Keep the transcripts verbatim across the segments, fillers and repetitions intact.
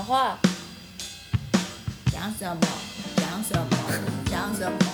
话，讲什么？讲什么？讲什么？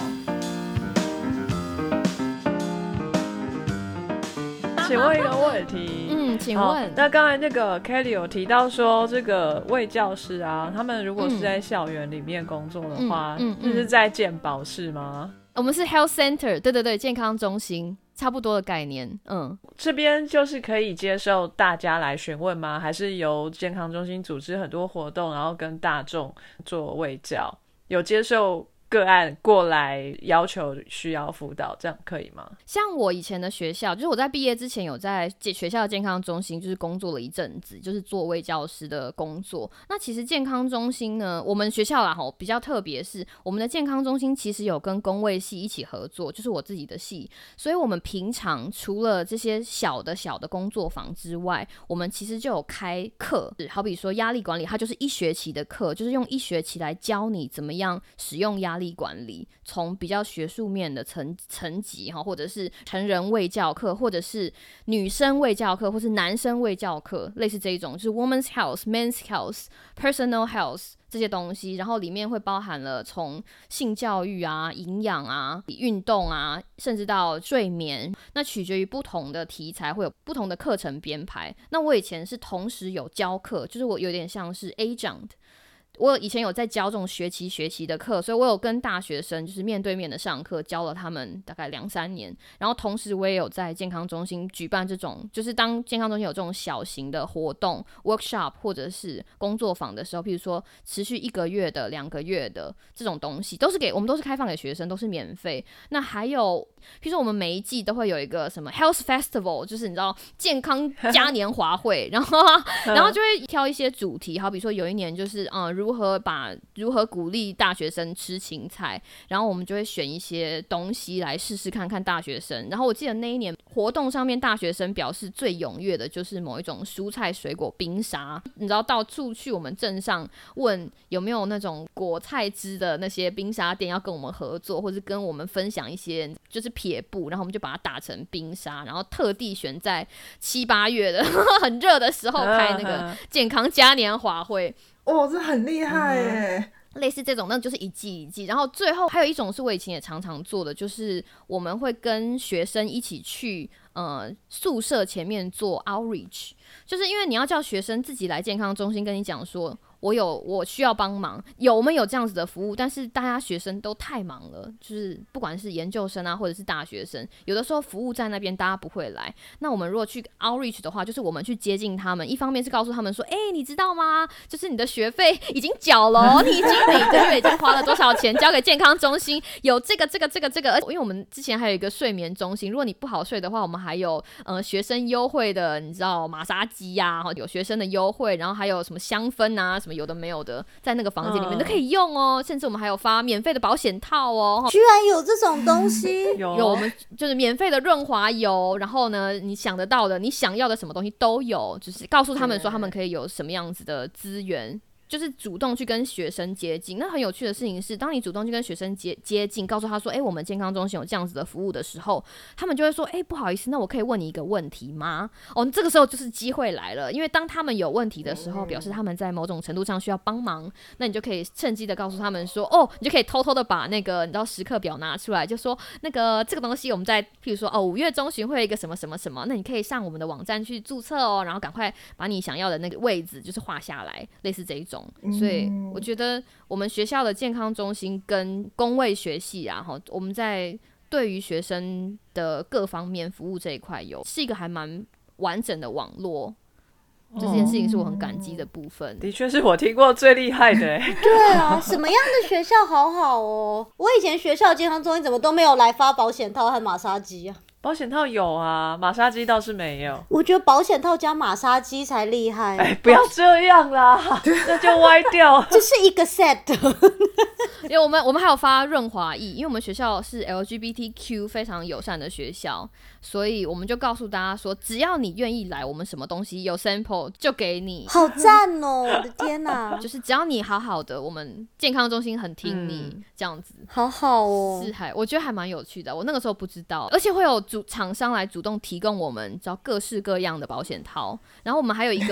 请问一个问题， 嗯，请问， 那刚才那个 Kelly 有提到说，这个卫教师啊，他们如果是在校园里面工作的话，嗯嗯嗯、就是在健保室吗？ 我们是 health center， 对对对，健康中心，差不多的概念。嗯， 这边就是可以接受大家来询问吗？还是由健康中心组织很多活动，然后跟大众做卫教？有接受个案过来要求需要辅导，这样可以吗？ 像我以前的学校，就是我在毕业之前有在学校的健康中心就是工作了一阵子，就是做卫教师的工作。那其实健康中心呢，我们学校啦比较特别是我们的健康中心其实有跟公卫系一起合作，就是我自己的系，所以我们平常除了这些小的小的工作坊之外，我们其实就有开课，好比说压力管理，它就是一学期的课，就是用一学期来教你怎么样使用压力管理，从比较学术面的层层级，或者是成人卫教课，或者是女生卫教课，或是男生卫教课，类似这一种，就是 women's health、men's health、personal health 这些东西，然后里面会包含了从性教育啊、营养啊、运动啊，甚至到睡眠，那取决于不同的题材会有不同的课程编排。那我以前是同时有教课，就是我有点像是 adjunct，我以前有在教这种学期学期的课，所以我有跟大学生就是面对面的上课，教了他们大概两三年。然后同时我也有在健康中心举办这种，就是当健康中心有这种小型的活动 workshop 或者是工作坊的时候，譬如说持续一个月的、两个月的这种东西，都是给我们都是开放给学生，都是免费。那还有譬如说我们每一季都会有一个什么 health festival， 就是你知道健康嘉年华会，然后然后就会挑一些主题，好比说有一年就是嗯如何把如何鼓励大学生吃芹菜，然后我们就会选一些东西来试试看看大学生。然后我记得那一年活动上面，大学生表示最踊跃的就是某一种蔬菜水果冰沙，你知道到处去我们镇上问有没有那种果菜汁的那些冰沙店要跟我们合作，或是跟我们分享一些就是撇步，然后我们就把它打成冰沙，然后特地选在七八月的很热的时候开那个健康嘉年华会。 哦，这很厉害耶、 嗯、类似这种那就是一季一季。然后最后还有一种是我以前也常常做的，就是我们会跟学生一起去呃宿舍前面做 outreach， 就是因为你要叫学生自己来健康中心跟你讲说我有我需要帮忙，有我们有这样子的服务，但是大家学生都太忙了，就是不管是研究生啊或者是大学生，有的时候服务在那边大家不会来。那我们如果去 outreach 的话，就是我们去接近他们，一方面是告诉他们说，哎、欸，你知道吗？就是你的学费已经缴了、哦，你已经每个月已经花了多少钱交给健康中心，有这个这个这个这个，因为我们之前还有一个睡眠中心，如果你不好睡的话，我们还有呃学生优惠的，你知道马杀鸡呀，有学生的优惠，然后还有什么香氛啊什么。有的没有的在那个房间里面都可以用哦、嗯、甚至我们还有发免费的保险套哦， 居然有这种东西有, 有我们就是免费的润滑油，然后呢你想得到的你想要的什么东西都有，就是告诉他们说他们可以有什么样子的资源，就是主动去跟学生接近。那很有趣的事情是，当你主动去跟学生 接, 接近告诉他说哎、欸，我们健康中心有这样子的服务的时候，他们就会说哎、欸，不好意思，那我可以问你一个问题吗？哦，这个时候就是机会来了，因为当他们有问题的时候，表示他们在某种程度上需要帮忙，那你就可以趁机的告诉他们说哦，你就可以偷偷的把那个你知道时刻表拿出来，就说那个这个东西我们在譬如说哦五月中旬会有一个什么什么什么，那你可以上我们的网站去注册哦，然后赶快把你想要的那个位置就是画下来，类似这一种。所以我觉得我们学校的健康中心跟公卫学系啊，我们在对于学生的各方面服务这一块有是一个还蛮完整的网络，这件事情是我很感激的部分。 的确是我听过最厉害的对啊，什么样的学校好好哦，我以前学校健康中心怎么都没有来发保险套和马杀鸡啊。 保险套有啊，马杀鸡倒是没有。 我觉得保险套加马杀鸡才厉害。 哎，不要这样啦，那就歪掉。 这是一个 set。 因为我们我们还有发润滑液，因为我们学校是 L G B T Q 非常友善的学校，所以我们就告诉大家说，只要你愿意来，我们什么东西有 sample 就给你。 好赞哦！我的天哪， 就是只要你好好的，我们健康中心很听你、嗯、这样子， 好好哦。 是还我觉得还蛮有趣的，我那个时候不知道，而且会有主厂商来主动提供我们找各式各样的保险套，然后我们还有一个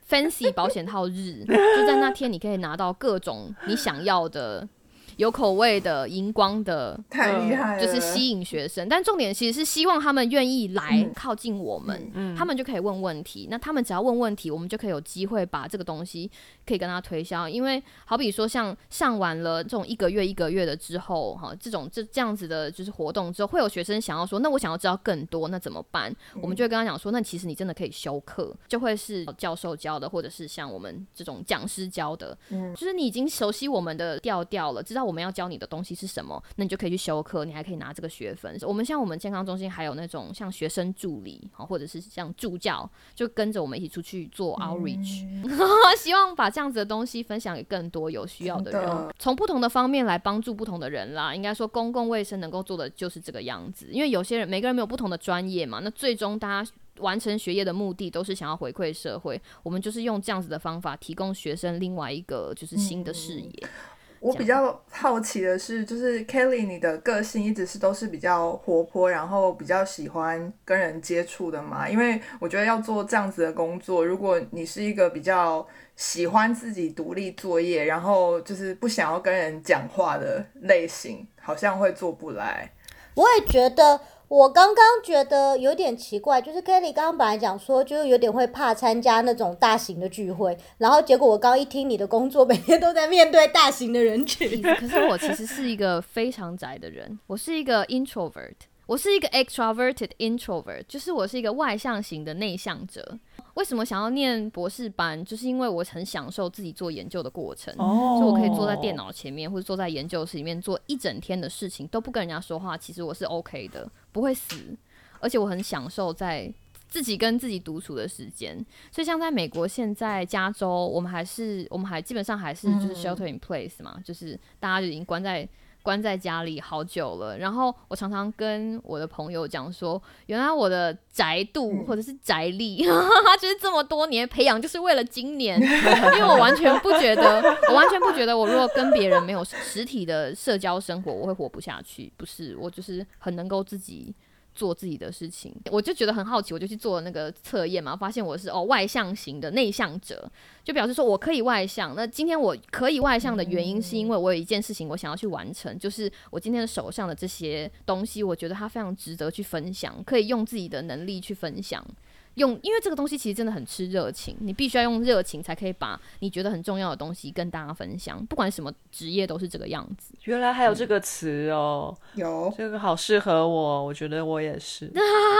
fancy 保险套日，就在那天你可以拿到各种你想要的。有口味的、荧光的， 太厉害了， 就是吸引学生。但重点其实是希望他们愿意来靠近我们， 嗯、 他们就可以问问题。那他们只要问问题，我们就可以有机会把这个东西可以跟他推销。因为好比说，像上完了这种一个月一个月的之后，哈，这种这这样子的就是活动之后，会有学生想要说，那我想要知道更多，那怎么办？嗯、我们就会跟他讲说，那其实你真的可以修课，就会是教授教的，或者是像我们这种讲师教的，嗯、就是你已经熟悉我们的调调了，知道我们要教你的东西是什么，那你就可以去修课，你还可以拿这个学分。我们像我们健康中心还有那种像学生助理，或者是像助教，就跟着我们一起出去做 outreach，嗯、希望把这样子的东西分享给更多有需要的人，从不同的方面来帮助不同的人啦。应该说公共卫生能够做的就是这个样子，因为有些人每个人没有不同的专业嘛，那最终大家完成学业的目的都是想要回馈社会，我们就是用这样子的方法提供学生另外一个就是新的视野。嗯我比较好奇的是，就是 Kelly 你的个性一直是都是比较活泼，然后比较喜欢跟人接触的嘛？因为我觉得要做这样子的工作，如果你是一个比较喜欢自己独立作业，然后就是不想要跟人讲话的类型，好像会做不来。 我也觉得。我刚刚觉得有点奇怪，就是 Kelly 刚刚本来讲说，就是有点会怕参加那种大型的聚会，然后结果我刚一听你的工作，每天都在面对大型的人群。 可是我其实是一个非常宅的人，我是一个 introvert， 我是一个 extroverted introvert， 就是我是一个外向型的内向者。为什么想要念博士班？就是因为我很享受自己做研究的过程，哦、所以我可以坐在电脑前面，或者坐在研究室里面做一整天的事情，都不跟人家说话。其实我是 OK 的，不会死，而且我很享受在自己跟自己独处的时间。所以像在美国，现在加州，我们还是我们还基本上还是就是 shelter in place 嘛，嗯、就是大家就已经关在。关在家里好久了，然后我常常跟我的朋友讲说，原来我的宅度或者是宅力，嗯、就是这么多年培养，就是为了今年，因为我完全不觉得，我完全不觉得，我如果跟别人没有实体的社交生活，我会活不下去。不是，我就是很能够自己做自己的事情，我就觉得很好奇，我就去做那个测验嘛，发现我是哦外向型的内向者，就表示说我可以外向。那今天我可以外向的原因，是因为我有一件事情我想要去完成，就是我今天的手上的这些东西，我觉得它非常值得去分享，可以用自己的能力去分享。用，因为这个东西其实真的很吃热情，你必须要用热情才可以把你觉得很重要的东西跟大家分享，不管什么职业都是这个样子。 原来还有这个词哦， 嗯、有这个好适合我，我觉得我也是。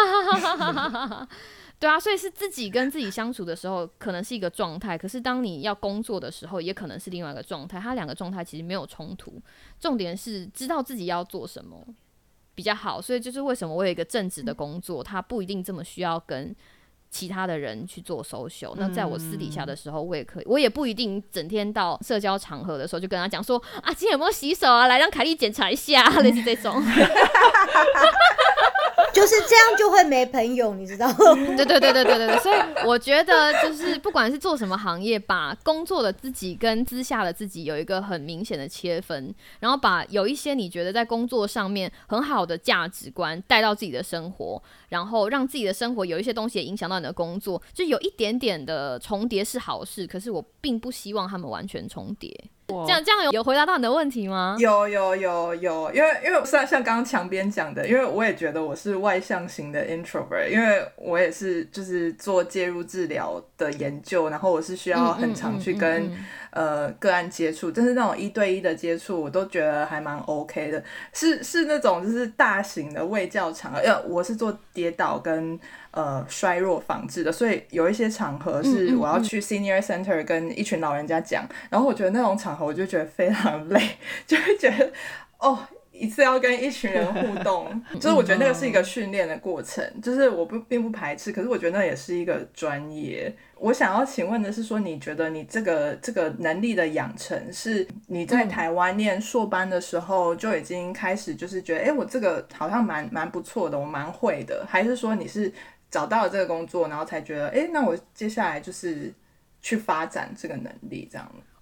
对啊，所以是自己跟自己相处的时候可能是一个状态，可是当你要工作的时候也可能是另外一个状态，它两个状态其实没有冲突，重点是知道自己要做什么比较好。所以就是为什么我有一个正职的工作，它不一定这么需要跟其他的人去做 social， 那在我私底下的时候，我也可以，我也不一定整天到社交场合的时候就跟他讲说啊，今天有没有洗手啊？来让凯莉检查一下，类似这种。 就是这样就会没朋友，你知道吗？ 对对对对对对对，所以我觉得就是不管是做什么行业，把工作的自己跟私下的自己有一个很明显的切分，然后把有一些你觉得在工作上面很好的价值观带到自己的生活，然后让自己的生活有一些东西也影响到你的工作，就有一点点的重叠是好事，可是我并不希望他们完全重叠。这样这样有有回答到你的问题吗？ 有有有有，因为因为像像刚刚墙边讲的，因为我也觉得我是外向型的 introvert， 因为我也是就是做介入治疗的研究，然后我是需要很常去跟、嗯嗯嗯嗯、呃个案接触，但是那种一对一的接触我都觉得还蛮 OK 的，是是那种就是大型的卫教场合，因为我是做跌倒跟呃衰弱防治的，所以有一些场合是我要去 senior center 跟一群老人家讲，然后我觉得那种场合我就觉得非常累，就会觉得哦一次要跟一群人互动，就是我觉得那个是一个训练的过程，就是我不并不排斥，可是我觉得那也是一个专业。我想要请问的是说，你觉得你这个这个能力的养成是你在台湾念硕班的时候就已经开始就是觉得哎、欸，我这个好像蛮蛮不错的，我蛮会的，还是说你是找到了这个工作然后才觉得哎、欸，那我接下来就是去发展这个能力这样？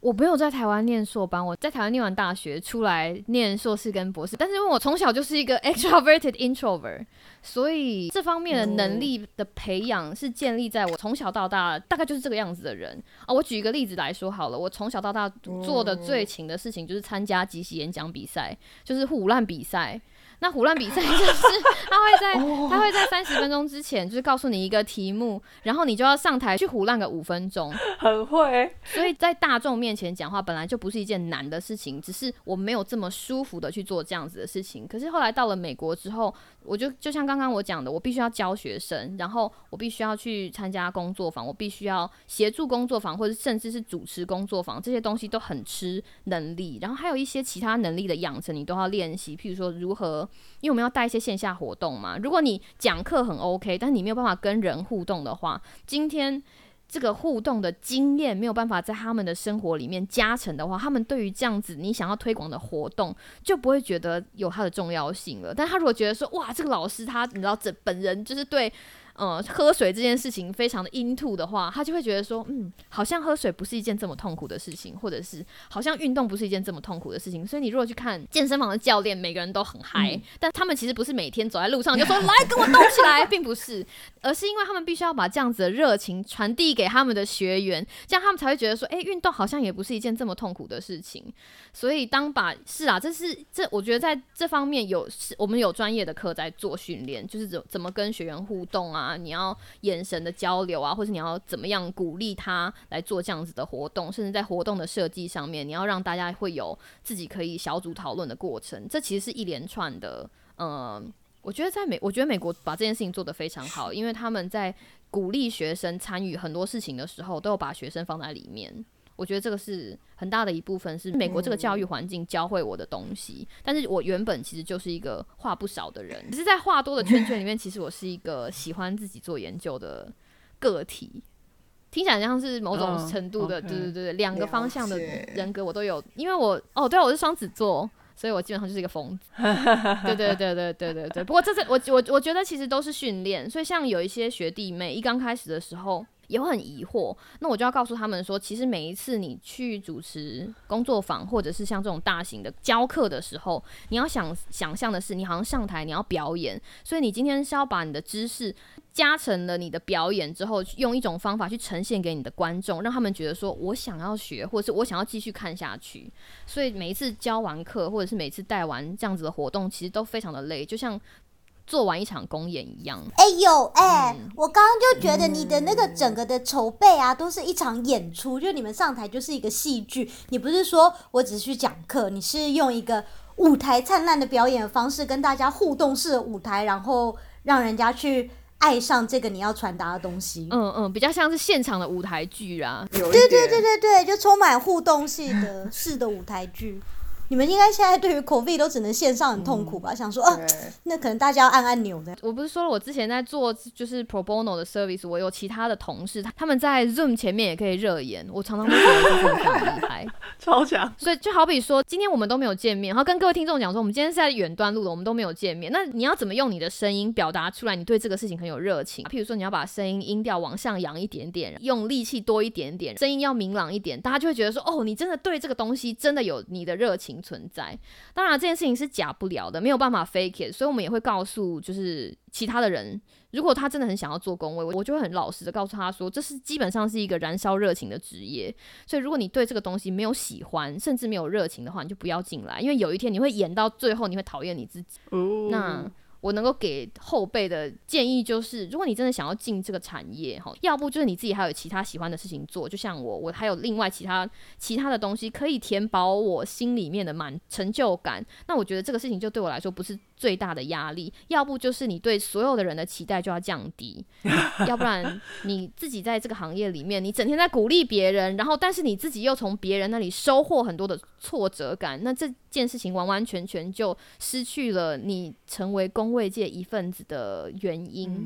我没有在台湾念硕班，我在台湾念完大学出来念硕士跟博士，但是因为我从小就是一个 extroverted introvert， 所以这方面的能力的培养是建立在我从小到大大概就是这个样子的人啊。我举一个例子来说好了，我从小到大做的最勤的事情就是参加即席演讲比赛，就是唬烂比赛。那唬烂比赛就是他会在他会在三十分钟之前就是告诉你一个题目，然后你就要上台去唬烂个五分钟， 很会。 所以在大众面前讲话本来就不是一件难的事情，只是我没有这么舒服的去做这样子的事情。可是后来到了美国之后，我就就像刚刚我讲的，我必须要教学生，然后我必须要去参加工作坊，我必须要协助工作坊，或者甚至是主持工作坊，这些东西都很吃能力。然后还有一些其他能力的养成，你都要练习，譬如说如何。因为我们要带一些线下活动嘛，如果你讲课很 OK， 但是你没有办法跟人互动的话，今天这个互动的经验没有办法在他们的生活里面加成的话，他们对于这样子你想要推广的活动就不会觉得有它的重要性了。但他如果觉得说，哇，这个老师他你知道这本人就是对呃，喝水这件事情非常的into的话，他就会觉得说，嗯，好像喝水不是一件这么痛苦的事情，或者是好像运动不是一件这么痛苦的事情。所以你如果去看健身房的教练，每个人都很嗨、嗯，但他们其实不是每天走在路上就说来跟我动起来，并不是，而是因为他们必须要把这样子的热情传递给他们的学员，这样他们才会觉得说，哎、欸，运动好像也不是一件这么痛苦的事情。所以当把是啊，这是这我觉得在这方面有我们有专业的课在做训练，就是怎怎么跟学员互动啊。你要眼神的交流啊，或是你要怎么样鼓励他来做这样子的活动，甚至在活动的设计上面，你要让大家会有自己可以小组讨论的过程。这其实是一连串的，呃，我觉得在美，我觉得美国把这件事情做得非常好，因为他们在鼓励学生参与很多事情的时候，都有把学生放在里面。我觉得这个是很大的一部分是美国这个教育环境教会我的东西、嗯、但是我原本其实就是一个话不少的人，只是在话多的圈圈里面其实我是一个喜欢自己做研究的个体，听起来像是某种程度的、嗯、对对对两个方向的人格我都有，因为我哦对我是双子座，所以我基本上就是一个疯子对对对对对对对不过这是我我我觉得其实都是训练，所以像有一些学弟妹一刚开始的时候也会很疑惑，那我就要告诉他们说，其实每一次你去主持工作坊或者是像这种大型的教课的时候，你要想想象的是你好像上台你要表演，所以你今天是要把你的知识加成了你的表演之后，用一种方法去呈现给你的观众，让他们觉得说我想要学，或者是我想要继续看下去。所以每一次教完课或者是每次带完这样子的活动，其实都非常的累，就像做完一场公演一样。 哎呦哎、欸嗯，我刚刚就觉得你的那个整个的筹备啊，都是一场演出，就你们上台就是一个戏剧。你不是说我只是去讲课，你是用一个舞台灿烂的表演的方式，跟大家互动式的舞台，然后让人家去爱上这个你要传达的东西。 嗯嗯，比较像是现场的舞台剧啊。 对对对对对，就充满互动系的式的舞台剧。你们应该现在对于 COVID 都只能线上很痛苦吧、嗯、想说啊，那可能大家要按按钮的。 我不是说了我之前在做就是 pro bono 的 service， 我有其他的同事他们在 Zoom 前面也可以热演，我常常都觉得这真的很厉害超强。 所以就好比说今天我们都没有见面，然后跟各位听众讲说我们今天是在远端录的，我们都没有见面，那你要怎么用你的声音表达出来你对这个事情很有热情？譬如说你要把声音音调往上扬一点点，用力气多一点点，声音要明朗一点，大家就会觉得说哦，你真的对这个东西真的有你的热情存在。当然这件事情是假不了的，没有办法 fake it， 所以我们也会告诉就是其他的人，如果他真的很想要做工位，我就会很老实的告诉他说，这是基本上是一个燃烧热情的职业，所以如果你对这个东西没有喜欢甚至没有热情的话，你就不要进来，因为有一天你会演到最后你会讨厌你自己、哦、那我能够给后辈的建议就是，如果你真的想要进这个产业，要不就是你自己还有其他喜欢的事情做，就像我，我还有另外其他其他的东西可以填饱我心里面的满成就感，那我觉得这个事情就对我来说不是最大的压力。要不就是你对所有的人的期待就要降低要不然你自己在这个行业里面你整天在鼓励别人，然后但是你自己又从别人那里收获很多的挫折感，那这件事情完完全全就失去了你成为工位界一份子的原因、嗯、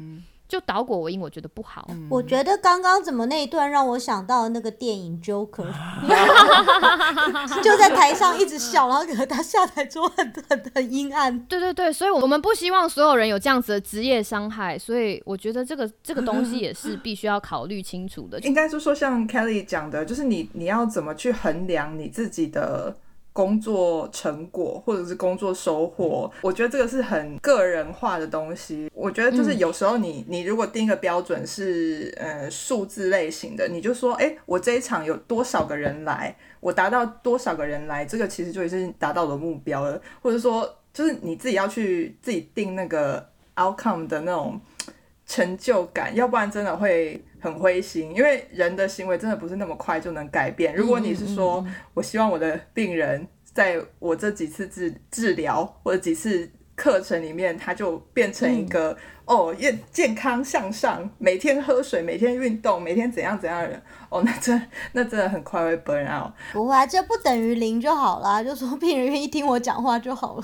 就倒果为因，我觉得不好。 嗯、我觉得刚刚怎么那一段让我想到那个电影 Joker， 就在台上一直笑，然后可能他下台之后很很很阴暗。 对对对，所以我们不希望所有人有这样子的职业伤害，所以我觉得这个这个东西也是必须要考虑清楚的。 应该是说像 Kelly 讲的，就是你你要怎么去衡量你自己的工作成果或者是工作收获，我觉得这个是很个人化的东西。我觉得就是有时候你、嗯、你如果定一个标准是呃数字类型的，你就说哎，我这一场有多少个人来，我达到多少个人来，这个其实就已经达到我的目标了。或者说就是你自己要去自己定那个 outcome 的那种成就感，要不然真的会很灰心，因为人的行为真的不是那么快就能改变。如果你是说我希望我的病人在我这几次治治疗或者几次课程里面他就变成一个、嗯、哦健康向上，每天喝水，每天运动，每天怎样怎样的人，哦那真那真的很快会 burn out。 不会啊，这不等于零就好啦，就说病人愿意听我讲话就好了。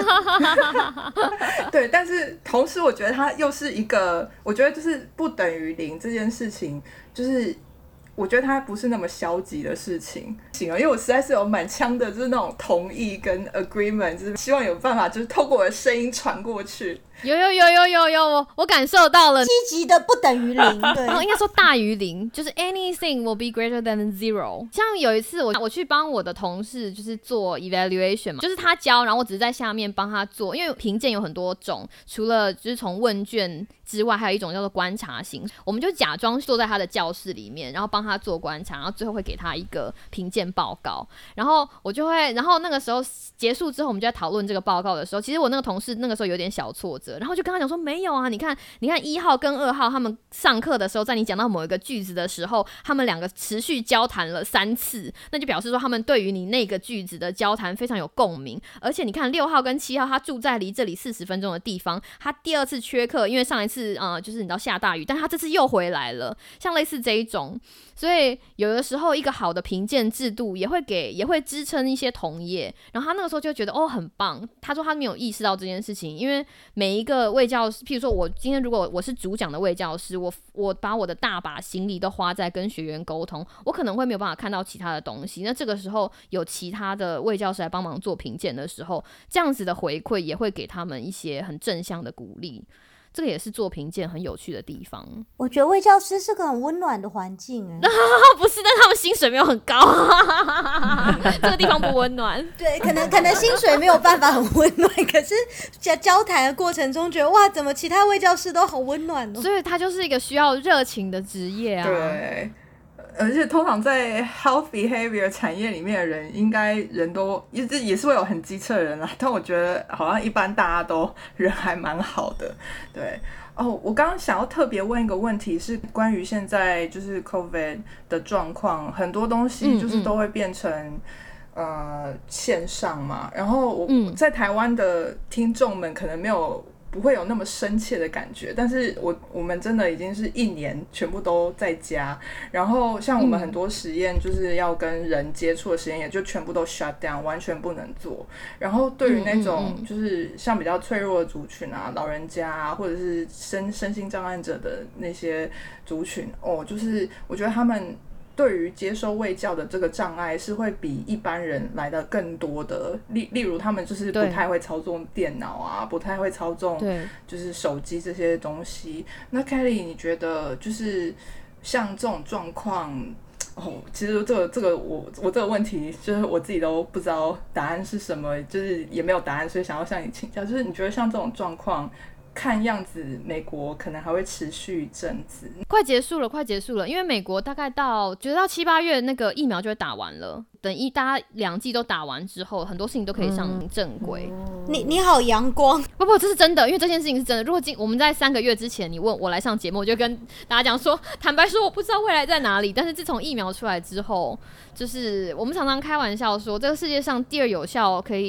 对，但是同时我觉得它又是一个，我觉得就是不等于零这件事情，就是我觉得它不是那么消极的事情，因为我实在是有满腔的就是那种同意跟 agreement， 就是希望有办法就是透过我的声音传过去。 有有有有有有，我我感受到了， 积极的不等于零，对， 应该说大于零，就是 anything will be greater than zero。像有一次我我去帮我的同事就是做 evaluation 嘛，就是他教，然后我只是在下面帮他做，因为评鉴有很多种，除了就是从问卷之外，还有一种叫做观察型，我们就假装坐在他的教室里面，然后帮他做观察，然后最后会给他一个评鉴报告，然后我就会，然后那个时候结束之后，我们就在讨论这个报告的时候，其实我那个同事那个时候有点小挫折。然后就跟他讲说没有啊，你看你看一号跟二号他们上课的时候，在你讲到某一个句子的时候，他们两个持续交谈了三次，那就表示说他们对于你那个句子的交谈非常有共鸣。而且你看六号跟七号他住在离这里四十分钟的地方，他第二次缺课，因为上一次呃就是你知道下大雨，但他这次又回来了，像类似这一种。所以有的时候一个好的评鉴制度也会给也会支撑一些同业，然后他那个时候就觉得哦很棒。他说他没有意识到这件事情，因为每一个卫教师，譬如说我今天如果我是主讲的卫教师，我我把我的大把心力都花在跟学员沟通，我可能会没有办法看到其他的东西。那这个时候有其他的卫教师来帮忙做评鉴的时候，这样子的回馈也会给他们一些很正向的鼓励。这个也是做评鉴很有趣的地方。 我觉得卫教师是个很温暖的环境哎。 不是，但他们薪水没有很高。这个地方不温暖。 对，可能可能薪水没有办法很温暖，可是在交谈的过程中觉得哇，怎么其他卫教师都好温暖哦。 所以他就是一个需要热情的职业啊。 对。而且通常在 health behavior 产业里面的人，应该人都也也是会有很机车的人啦，但我觉得好像一般大家都人还蛮好的。对哦，我刚刚想要特别问一个问题，是关于现在就是 COVID 的状况，很多东西就是都会变成、嗯、呃线上嘛，然后我、嗯、在台湾的听众们可能没有不会有那么深切的感觉，但是我我们真的已经是一年全部都在家，然后像我们很多实验就是要跟人接触的实验也就全部都 shut down， 完全不能做。然后对于那种就是像比较脆弱的族群啊，老人家啊，或者是身身心障碍者的那些族群，哦，就是我觉得他们对于接受卫教的这个障碍是会比一般人来的更多的，例例如他们就是不太会操纵电脑啊，不太会操纵就是手机这些东西。那 Kelly 你觉得就是像这种状况，哦，其实这个这个我我这个问题就是我自己都不知道答案是什么，就是也没有答案，所以想要向你请教，就是你觉得像这种状况，看样子美国可能还会持续一阵子。 快结束了快结束了，因为美国大概到觉得到七八月那个疫苗就会打完了，等一大家两剂都打完之后，很多事情都可以上正轨、 嗯、你你好阳光。 不不，这是真的，因为这件事情是真的。如果今我们在三个月之前你问我来上节目，我就跟大家讲说，坦白说我不知道未来在哪里，但是自从疫苗出来之后，就是我们常常开玩笑说这个世界上第二有效可以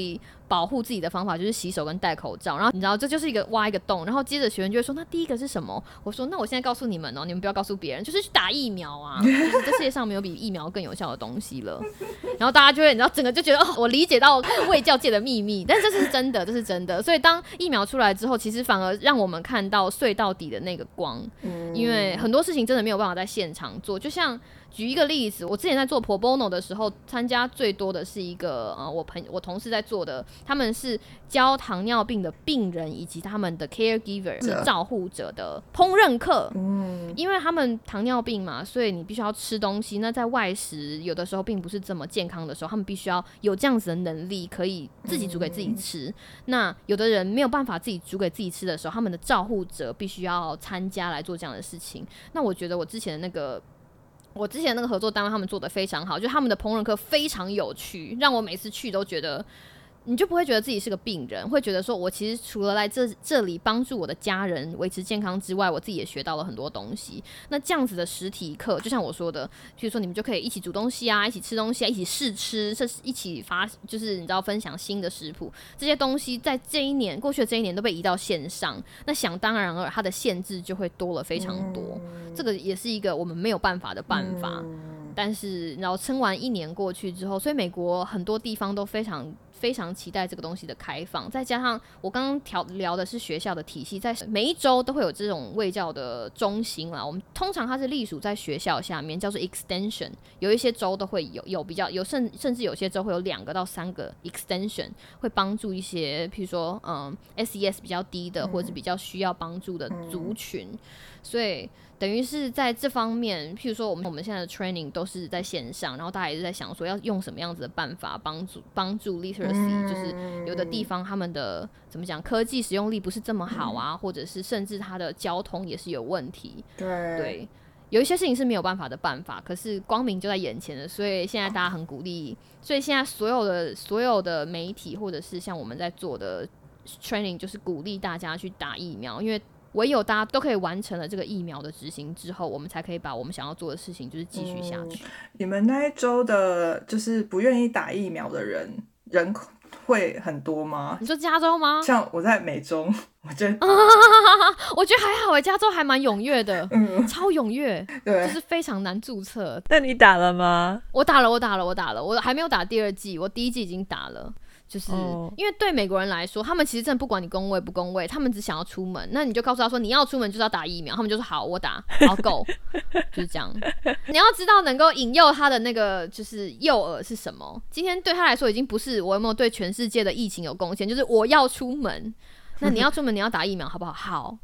保护自己的方法就是洗手跟戴口罩，然后你知道这就是一个挖一个洞，然后接着学员就会说那第一个是什么？我说那我现在告诉你们哦，你们不要告诉别人，就是去打疫苗啊，就是这世界上没有比疫苗更有效的东西了。然后大家就会你知道整个就觉得哦，我理解到卫教界的秘密，但这是真的，这是真的。所以当疫苗出来之后，其实反而让我们看到隧道底的那个光，因为很多事情真的没有办法在现场做，就像。举一个例子，我之前在做 Pro Bono 的时候，参加最多的是一个呃，我朋我同事在做的，他们是教糖尿病的病人以及他们的 caregiver 是照护者的烹饪课。嗯，因为他们糖尿病嘛，所以你必须要吃东西。那在外食有的时候并不是这么健康的时候，他们必须要有这样子的能力，可以自己煮给自己吃。嗯、那有的人没有办法自己煮给自己吃的时候，他们的照护者必须要参加来做这样的事情。那我觉得我之前的那个。我之前那个合作单位他们做的非常好，就他们的烹饪课非常有趣，让我每次去都觉得你就不会觉得自己是个病人，会觉得说我其实除了来这这里帮助我的家人维持健康之外，我自己也学到了很多东西。那这样子的实体课就像我说的，比如说你们就可以一起煮东西啊，一起吃东西啊，一起试吃，这是一起发就是你知道分享新的食谱，这些东西在这一年过去的这一年都被移到线上，那想当然而它的限制就会多了非常多、嗯、这个也是一个我们没有办法的办法、嗯、但是然后撑完一年过去之后，所以美国很多地方都非常非常期待这个东西的开放，再加上我刚刚聊的是学校的体系，在每一州都会有这种卫教的中心啦。我们通常它是隶属在学校下面，叫做 extension， 有一些州都会有有比较有甚甚至有些州会有两个到三个 extension， 会帮助一些譬如说嗯 S E S 比较低的或者是比较需要帮助的族群，所以等于是在这方面，譬如说我们我们现在的 training 都是在线上，然后大家也是在想说要用什么样子的办法帮助帮助 literacy，、嗯、就是有的地方他们的怎么讲科技使用力不是这么好啊，嗯、或者是甚至它的交通也是有问题。对对，有一些事情是没有办法的办法，可是光明就在眼前了，所以现在大家很鼓励，所以现在所有的所有的媒体或者是像我们在做的 training， 就是鼓励大家去打疫苗，因为唯有大家都可以完成了这个疫苗的执行之后，我们才可以把我们想要做的事情就是继续下去、嗯、 你们那一周的就是不愿意打疫苗的人人会很多吗？ 你说加州吗？ 像我在美中我觉得、啊、 我觉得还好耶，加州还蛮踊跃的、嗯、超踊跃， 对， 就是非常难注册。 那你打了吗？ 我打了我打了我打了我还没有打第二剂，我第一剂已经打了，就是因为对美国人来说，他们其实真的不管你公卫不公卫，他们只想要出门，那你就告诉他说你要出门就是要打疫苗，他们就说好我打好 go 就是这样。你要知道能够引诱他的那个就是诱饵是什么，今天对他来说已经不是我有没有对全世界的疫情有贡献，就是我要出门，那你要出门你要打疫苗好不好？好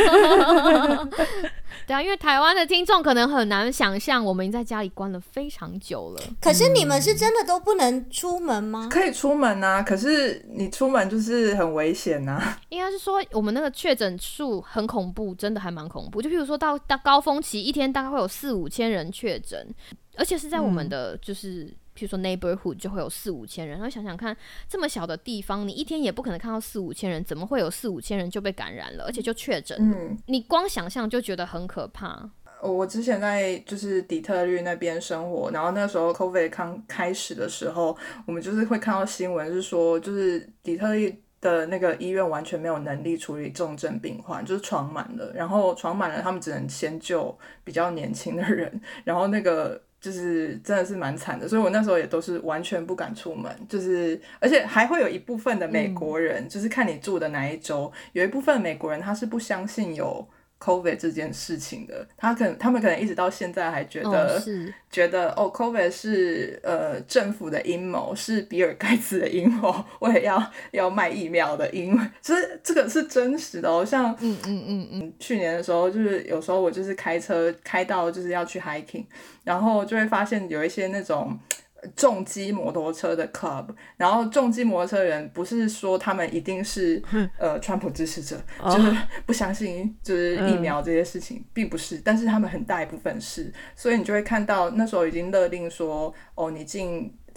对啊，因为台湾的听众可能很难想象我们已经在家里关了非常久了。 可是你们是真的都不能出门吗？ 可以出门啊，可是你出门就是很危险啊。 应该是说我们那个确诊数很恐怖，真的还蛮恐怖，就譬如说到到高峰期一天大概会有四五千人确诊，而且是在我们的就是、嗯譬如说 neighborhood 就会有四五千人，然后想想看，这么小的地方，你一天也不可能看到四五千人，怎么会有四五千人就被感染了，而且就确诊了、嗯？你光想象就觉得很可怕。 我之前在就是底特律那边生活，然后那时候 COVID 刚开始的时候，我们就是会看到新闻是说，就是底特律的那个医院完全没有能力处理重症病患，就是床满了，然后床满了，他们只能先救比较年轻的人，然后那个。就是真的是蛮惨的，所以我那时候也都是完全不敢出门，就是而且还会有一部分的美国人、嗯、就是看你住的哪一州，有一部分美国人他是不相信有 COVID 这件事情的，他可能他们可能一直到现在还觉得、 哦、是觉得哦 COVID 是呃政府的阴谋，是比尔盖茨的阴谋，为了要要卖疫苗的阴谋，就是这个是真实的哦。像嗯嗯嗯嗯， 去年的时候，就是有时候我就是开车开到就是要去 hiking， 然后就会发现有一些那种重机摩托车的 club， 然后重机摩托车人不是说他们一定是呃川普支持者、哦、就是不相信就是疫苗这些事情、嗯、并不是，但是他们很大一部分是，所以你就会看到那时候已经勒令说哦你进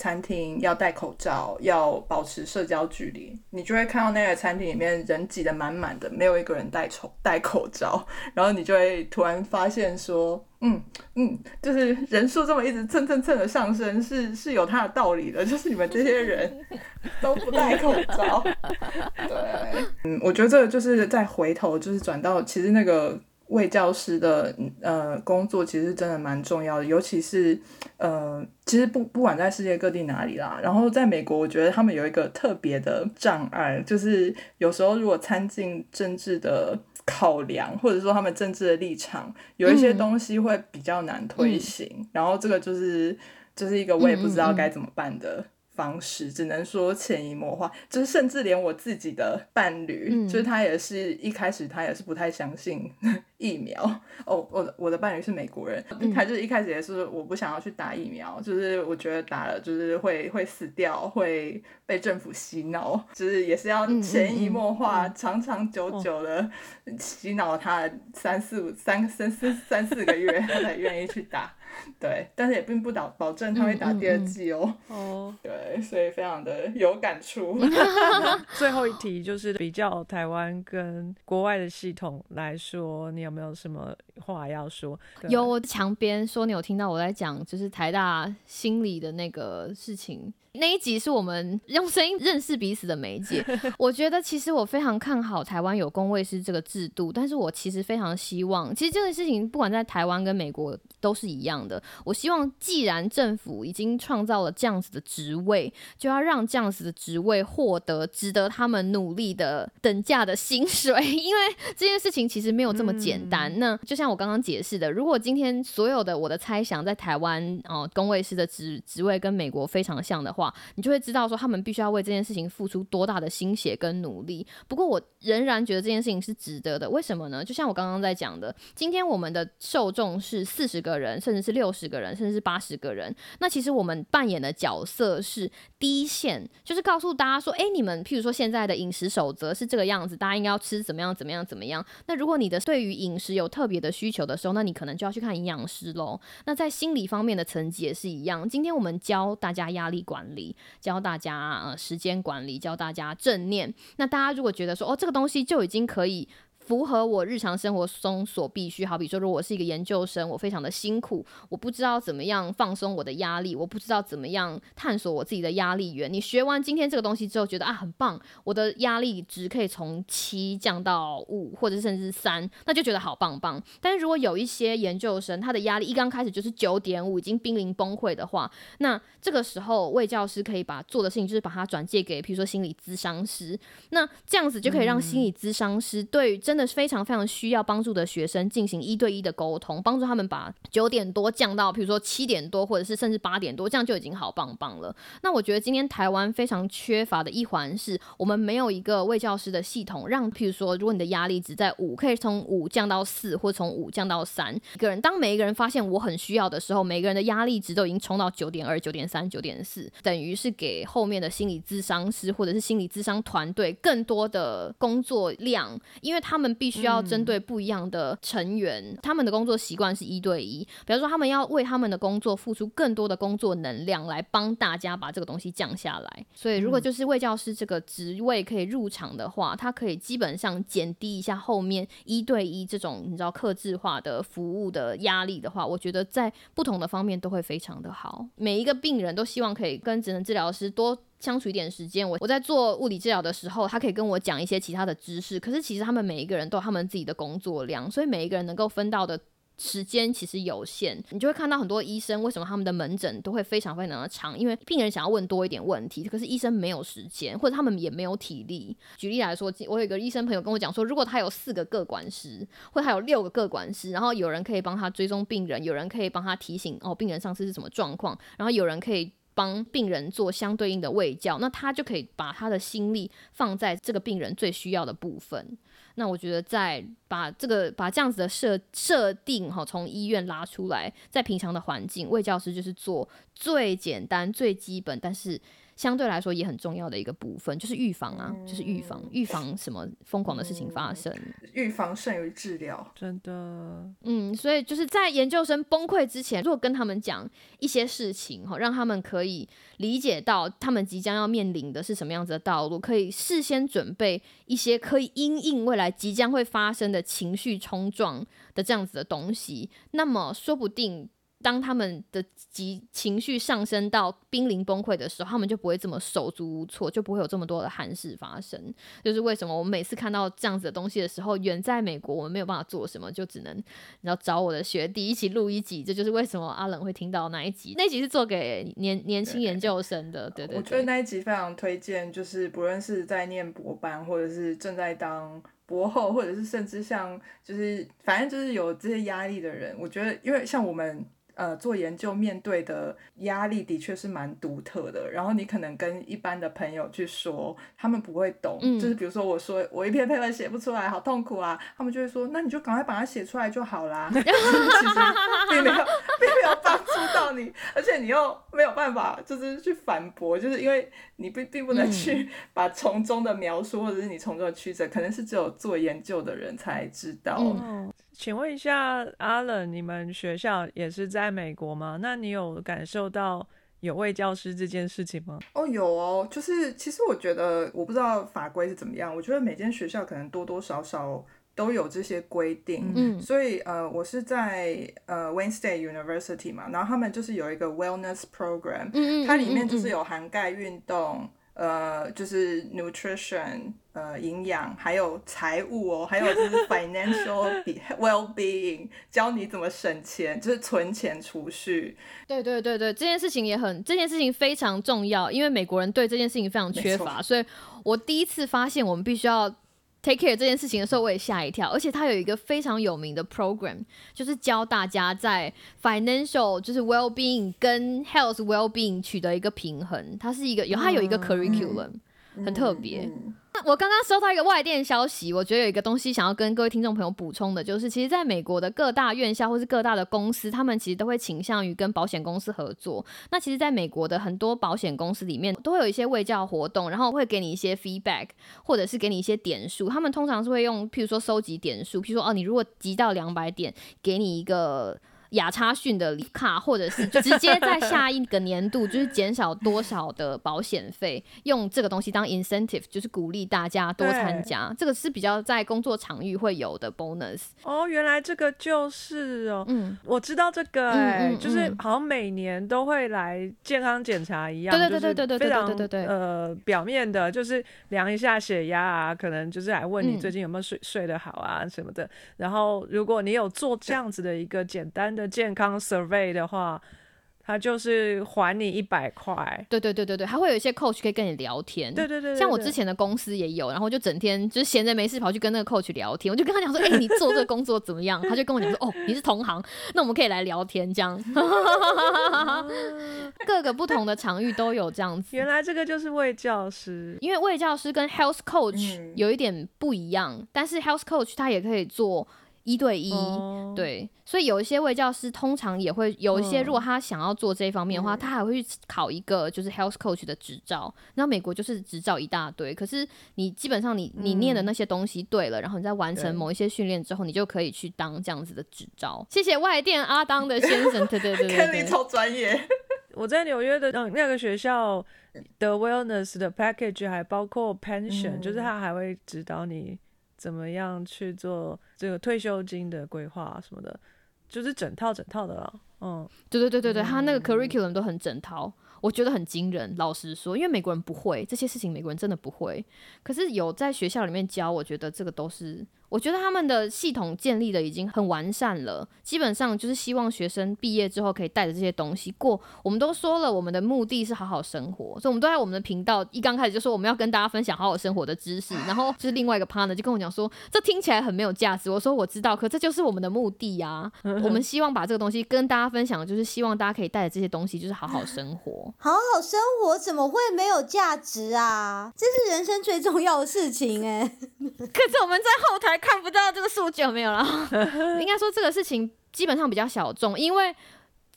餐厅要戴口罩，要保持社交距离，你就会看到那个餐厅里面人挤得满满的，没有一个人戴口戴口罩，然后你就会突然发现说嗯嗯，就是人数这么一直蹭蹭蹭的上升是是有它的道理的，就是你们这些人都不戴口罩。对，嗯，我觉得这个就是再回头就是转到其实那个卫教师的呃工作其实真的蛮重要的，尤其是呃其实不不管在世界各地哪里啦，然后在美国我觉得他们有一个特别的障碍，就是有时候如果参进政治的考量或者说他们政治的立场，有一些东西会比较难推行、嗯、然后这个就是就是一个我也不知道该怎么办的方式、嗯嗯、只能说潜移默化，就是甚至连我自己的伴侣、嗯、就是他也是一开始他也是不太相信疫苗哦，我的我的伴侣是美国人、嗯、他就是一开始也是我不想要去打疫苗，就是我觉得打了就是会会死掉，会被政府洗脑，就是也是要潜移默化、嗯嗯嗯、长长久久的洗脑他三四五三三四三四个月他才愿意去打。对，但是也并不保保证他会打第二剂哦。哦、嗯嗯，对，所以非常的有感触。 最后一题就是比较台湾跟国外的系统来说，你有没有什么话要说？ 有，我墙边说你有听到我在讲就是台大心理的那个事情。那一集是我们用声音认识彼此的媒介。我觉得其实我非常看好台湾有公卫师这个制度，但是我其实非常希望，其实这个事情不管在台湾跟美国都是一样的，我希望既然政府已经创造了这样子的职位，就要让这样子的职位获得值得他们努力的等价的薪水，因为这件事情其实没有这么简单、嗯、那就像我刚刚解释的，如果今天所有的我的猜想在台湾、呃、公卫师的 职, 职位跟美国非常像的话，你就会知道说他们必须要为这件事情付出多大的心血跟努力。不过我仍然觉得这件事情是值得的，为什么呢？就像我刚刚在讲的，今天我们的受众是四十个人，甚至是六十个人，甚至是八十个人，那其实我们扮演的角色是第一线，就是告诉大家说，哎，你们譬如说现在的饮食守则是这个样子，大家应该要吃怎么样怎么样怎么样。那如果你的对于饮食有特别的需求的时候，那你可能就要去看营养师咯。那在心理方面的层级也是一样，今天我们教大家压力管理，教大家、呃、时间管理，教大家正念，那大家如果觉得说哦，这个东西就已经可以符合我日常生活中所必须，好比说如果我是一个研究生，我非常的辛苦，我不知道怎么样放松我的压力，我不知道怎么样探索我自己的压力源，你学完今天这个东西之后觉得啊很棒，我的压力值可以从七降到五或者甚至三，那就觉得好棒棒。但是如果有一些研究生他的压力一刚开始就是九点五，已经濒临崩溃的话，那这个时候卫教师可以把做的事情就是把它转介给比如说心理咨商师，那这样子就可以让心理咨商师对于真的非常非常需要帮助的学生进行一对一的沟通，帮助他们把九点多降到比如说七点多，或者是甚至八点多，这样就已经好棒棒了。那我觉得今天台湾非常缺乏的一环是我们没有一个卫教师的系统，让譬如说如果你的压力值在五，可以从五降到四，或从五降到三。一个人当每一个人发现我很需要的时候，每个人的压力值都已经冲到九点二、九点三、九点四，等于是给后面的心理咨商师或者是心理咨商团队更多的工作量，因为他们必须要针对不一样的成员、嗯、他们的工作习惯是一对一，比如说他们要为他们的工作付出更多的工作能量来帮大家把这个东西降下来。所以如果就是卫教师这个职位可以入场的话，他可以基本上减低一下后面一对一这种你知道客制化的服务的压力的话，我觉得在不同的方面都会非常的好。每一个病人都希望可以跟职能治疗师多相处一点时间，我我在做物理治疗的时候，他可以跟我讲一些其他的知识，可是其实他们每一个人都有他们自己的工作量，所以每一个人能够分到的时间其实有限。你就会看到很多医生为什么他们的门诊都会非常非常的长，因为病人想要问多一点问题，可是医生没有时间，或者他们也没有体力。举例来说，我有一个医生朋友跟我讲说，如果他有四个个管师，或者他有六个个管师，然后有人可以帮他追踪病人，有人可以帮他提醒哦病人上次是什么状况，然后有人可以帮病人做相对应的卫教，那他就可以把他的心力放在这个病人最需要的部分。那我觉得在把这个把这样子的设设定从医院拉出来，在平常的环境，卫教师就是做最简单最基本但是相对来说也很重要的一个部分，就是预防啊， 嗯、 就是预防，预防什么疯狂的事情发生。 预防胜于治疗， 真的。 嗯，所以就是在研究生崩溃之前，如果跟他们讲一些事情，让他们可以理解到他们即将要面临的是什么样子的道路，可以事先准备一些可以因应未来即将会发生的情绪冲撞的这样子的东西，那么说不定当他们的情绪上升到濒临崩溃的时候，他们就不会这么手足无措，就不会有这么多的憾事发生。就是为什么我们每次看到这样子的东西的时候，远在美国我们没有办法做什么，就只能然后找我的学弟一起录一集。这就是为什么阿冷会听到那一集，那一集是做给年年轻研究生的。对对对， 我觉得那一集非常推荐，就是不论是在念博班，或者是正在当博后，或者是甚至像就是反正就是有这些压力的人，我觉得因为像我们呃，做研究面对的压力的确是蛮独特的，然后你可能跟一般的朋友去说，他们不会懂、嗯、就是比如说我说我一篇 paper 写不出来好痛苦啊，他们就会说那你就赶快把它写出来就好啦其实并没有并没有帮助到你，而且你又没有办法就是去反驳，就是因为你并并不能去把从中的描述、嗯、或者是你从中的曲折，可能是只有做研究的人才知道、 嗯，请问一下阿冷，你们学校也是在美国吗？那你有感受到有位教师这件事情吗？ 哦，有哦，就是其实我觉得我不知道法规是怎么样，我觉得每间学校可能多多少少都有这些规定、嗯、所以呃，我是在呃 Wayne State University 嘛，然后他们就是有一个 wellness program、嗯、它里面就是有涵盖运动、呃，就是 nutrition， 呃，营养，还有财务哦，还有就是 financial well-being， 教你怎么省钱，就是存钱储蓄。 对对对对，这件事情也很，这件事情非常重要，因为美国人对这件事情非常缺乏，所以我第一次发现我们必须要take care 这件事情的时候，我也吓一跳。而且它有一个非常有名的 program， 就是教大家在 financial 就是 well-being 跟 health well-being 取得一个平衡。它是一个有，它有一个 curriculum，、嗯、很特别。嗯嗯我刚刚收到一个外电消息，我觉得有一个东西想要跟各位听众朋友补充的，就是其实在美国的各大院校或是各大的公司，他们其实都会倾向于跟保险公司合作。那其实在美国的很多保险公司里面都会有一些卫教活动，然后会给你一些 feedback， 或者是给你一些点数。他们通常是会用譬如说收集点数，譬如说哦，你如果集到两百点，给你一个亚差逊的卡，或者是直接在下一个年度就是减少多少的保险费，用这个东西当 incentive， 就是鼓励大家多参加。这个是比较在工作场域会有的 bonus。哦， 原来这个就是哦，嗯，我知道这个、欸，哎、嗯嗯嗯，就是好像每年都会来健康检查一样， 对对对对对对对对对， 呃，表面的就是量一下血压啊，可能就是来问你最近有没有睡、嗯、睡得好啊什么的。然后如果你有做这样子的一个简单的健康 survey 的话，他就是还你一百块。 对对对对对，他会有一些 coach 可以跟你聊天。 对对 对, 对, 对， 像我之前的公司也有，然后就整天就是闲着没事跑去跟那个 coach 聊天。我就跟他讲说，哎、欸，你做这个工作怎么样？他就跟我讲说，哦，你是同行，那我们可以来聊天这样。各个不同的场域都有这样子。 原来这个就是卫教师， 因为卫教师跟 health coach 有一点不一样，嗯、但是 health coach 他也可以做一对一、哦、对，所以有一些卫教师通常也会有一些，如果他想要做这一方面的话、嗯、他还会去考一个就是 health coach 的执照。那美国就是执照一大堆，可是你基本上你你念的那些东西对了、嗯、然后你在完成某一些训练之后，你就可以去当这样子的执照。谢谢外电阿当的先生。对对对对对， 你超专业。 我在纽约的那个学校的 wellness 的 package 还包括 pension、嗯、就是他还会指导你怎么样去做这个退休金的规划什么的，就是整套整套的啦。嗯， 对对对对对，他那个 curriculum 都很整套，我觉得很惊人。老实说，因为美国人不会这些事情，美国人真的不会。可是有在学校里面教，我觉得这个都是，我觉得他们的系统建立的已经很完善了。基本上就是希望学生毕业之后可以带着这些东西过。我们都说了，我们的目的是好好生活，所以我们都在我们的频道一刚开始就说我们要跟大家分享好好生活的知识。然后就是另外一个 partner 就跟我讲说，这听起来很没有价值。我说我知道，可这就是我们的目的啊。我们希望把这个东西跟大家分享，就是希望大家可以带着这些东西，就是好好生活。 好好生活怎么会没有价值啊？这是人生最重要的事情哎、欸。 可是我们在后台看不到这个数据，有没有啦？应该说这个事情基本上比较小众，因为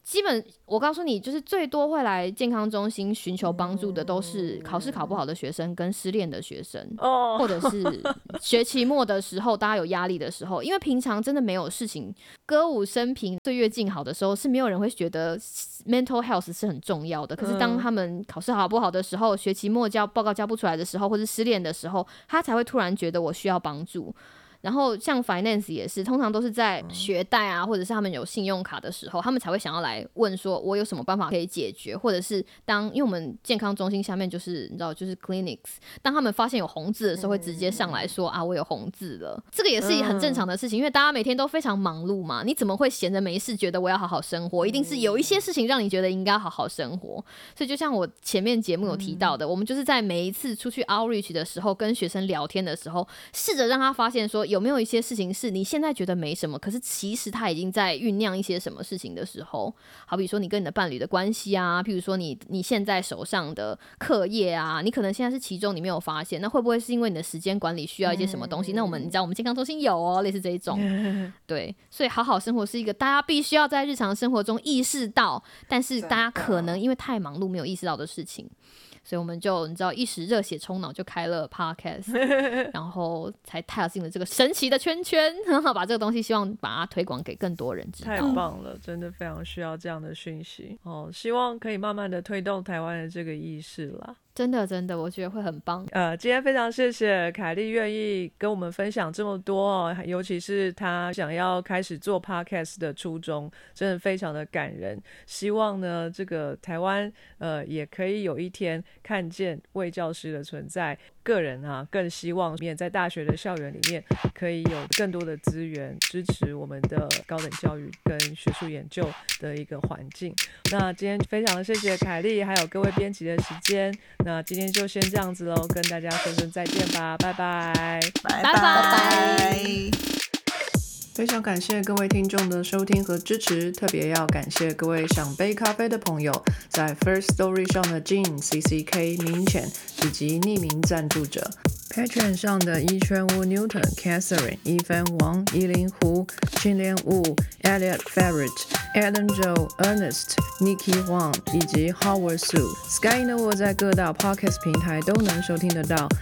基本我告诉你，就是最多会来健康中心寻求帮助的都是考试考不好的学生跟失恋的学生，哦，或者是学期末的时候大家有压力的时候，因为平常真的没有事情，歌舞升平岁月静好的时候是没有人会觉得 mental health 是很重要的，可是当他们考试好不好的时候，学期末交报告交不出来的时候，或是失恋的时候，他才会突然觉得我需要帮助。然后像 finance 也是，通常都是在学贷啊，或者是他们有信用卡的时候，他们才会想要来问说我有什么办法可以解决，或者是当因为我们健康中心下面就是你知道就是 clinics， 当他们发现有红字的时候会直接上来说啊我有红字了，这个也是很正常的事情，因为大家每天都非常忙碌嘛，你怎么会闲着没事觉得我要好好生活，一定是有一些事情让你觉得应该要好好生活。所以就像我前面节目有提到的，我们就是在每一次出去 outreach 的时候跟学生聊天的时候，试着让他发现说有没有一些事情是你现在觉得没什么，可是其实他已经在酝酿一些什么事情的时候，好比说你跟你的伴侣的关系啊，譬如说你你现在手上的课业啊，你可能现在是其中你没有发现，那会不会是因为你的时间管理需要一些什么东西，那我们你知道我们健康中心有哦，类似这一种对，所以好好生活是一个大家必须要在日常生活中意识到，但是大家可能因为太忙碌没有意识到的事情，所以我们就你知道一时热血冲脑就开了 podcast 然后才踏进了这个神奇的圈圈，然后把这个东西希望把它推广给更多人知道。 太棒了，真的非常需要这样的讯息哦，希望可以慢慢的推动台湾的这个意识啦。 真的真的我觉得会很棒。 呃，今天非常谢谢凯莉愿意跟我们分享这么多哦，尤其是她想要开始做 podcast 的初衷真的非常的感人，希望呢这个台湾呃也可以有一天看见卫教师的存在，个人啊更希望在大学的校园里面可以有更多的资源支持我们的高等教育跟学术研究的一个环境。那今天非常的谢谢凯莉还有各位编辑的时间，那今天就先这样子咯，跟大家说声再见吧，拜拜拜拜拜。 非常感谢各位听众的收听和支持，特别要感谢各位想杯咖啡的朋友，在 First Story 上的 Jean、C C K、明浅以及匿名赞助者。Patreon 上的一圈屋 Newton、Catherine、一帆王、依林胡、青莲雾、Elliot Ferret、Adam Joe、Ernest、Nikki Huang 以及 Howard Su。Sky in the World 在各大 Podcast 平台都能收听得到，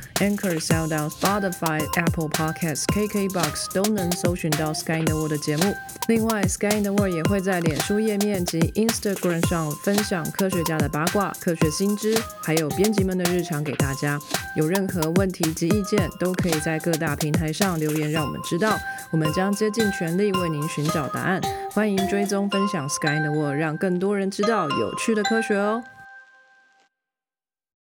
Anchor、SoundOn、Spotify、Apple Podcasts、K K Box 都能搜寻到 Sky in the World 的节目。另外 Sky in the World 也会在脸书页面及 Instagram 上分享科学家的八卦、科学新知，还有编辑们的日常给大家。有任何问题及意见都可以在各大平台上留言让我们知道，我们将竭尽全力为您寻找答案。欢迎追踪分享 Sky in the World， 让更多人知道有趣的科学哦。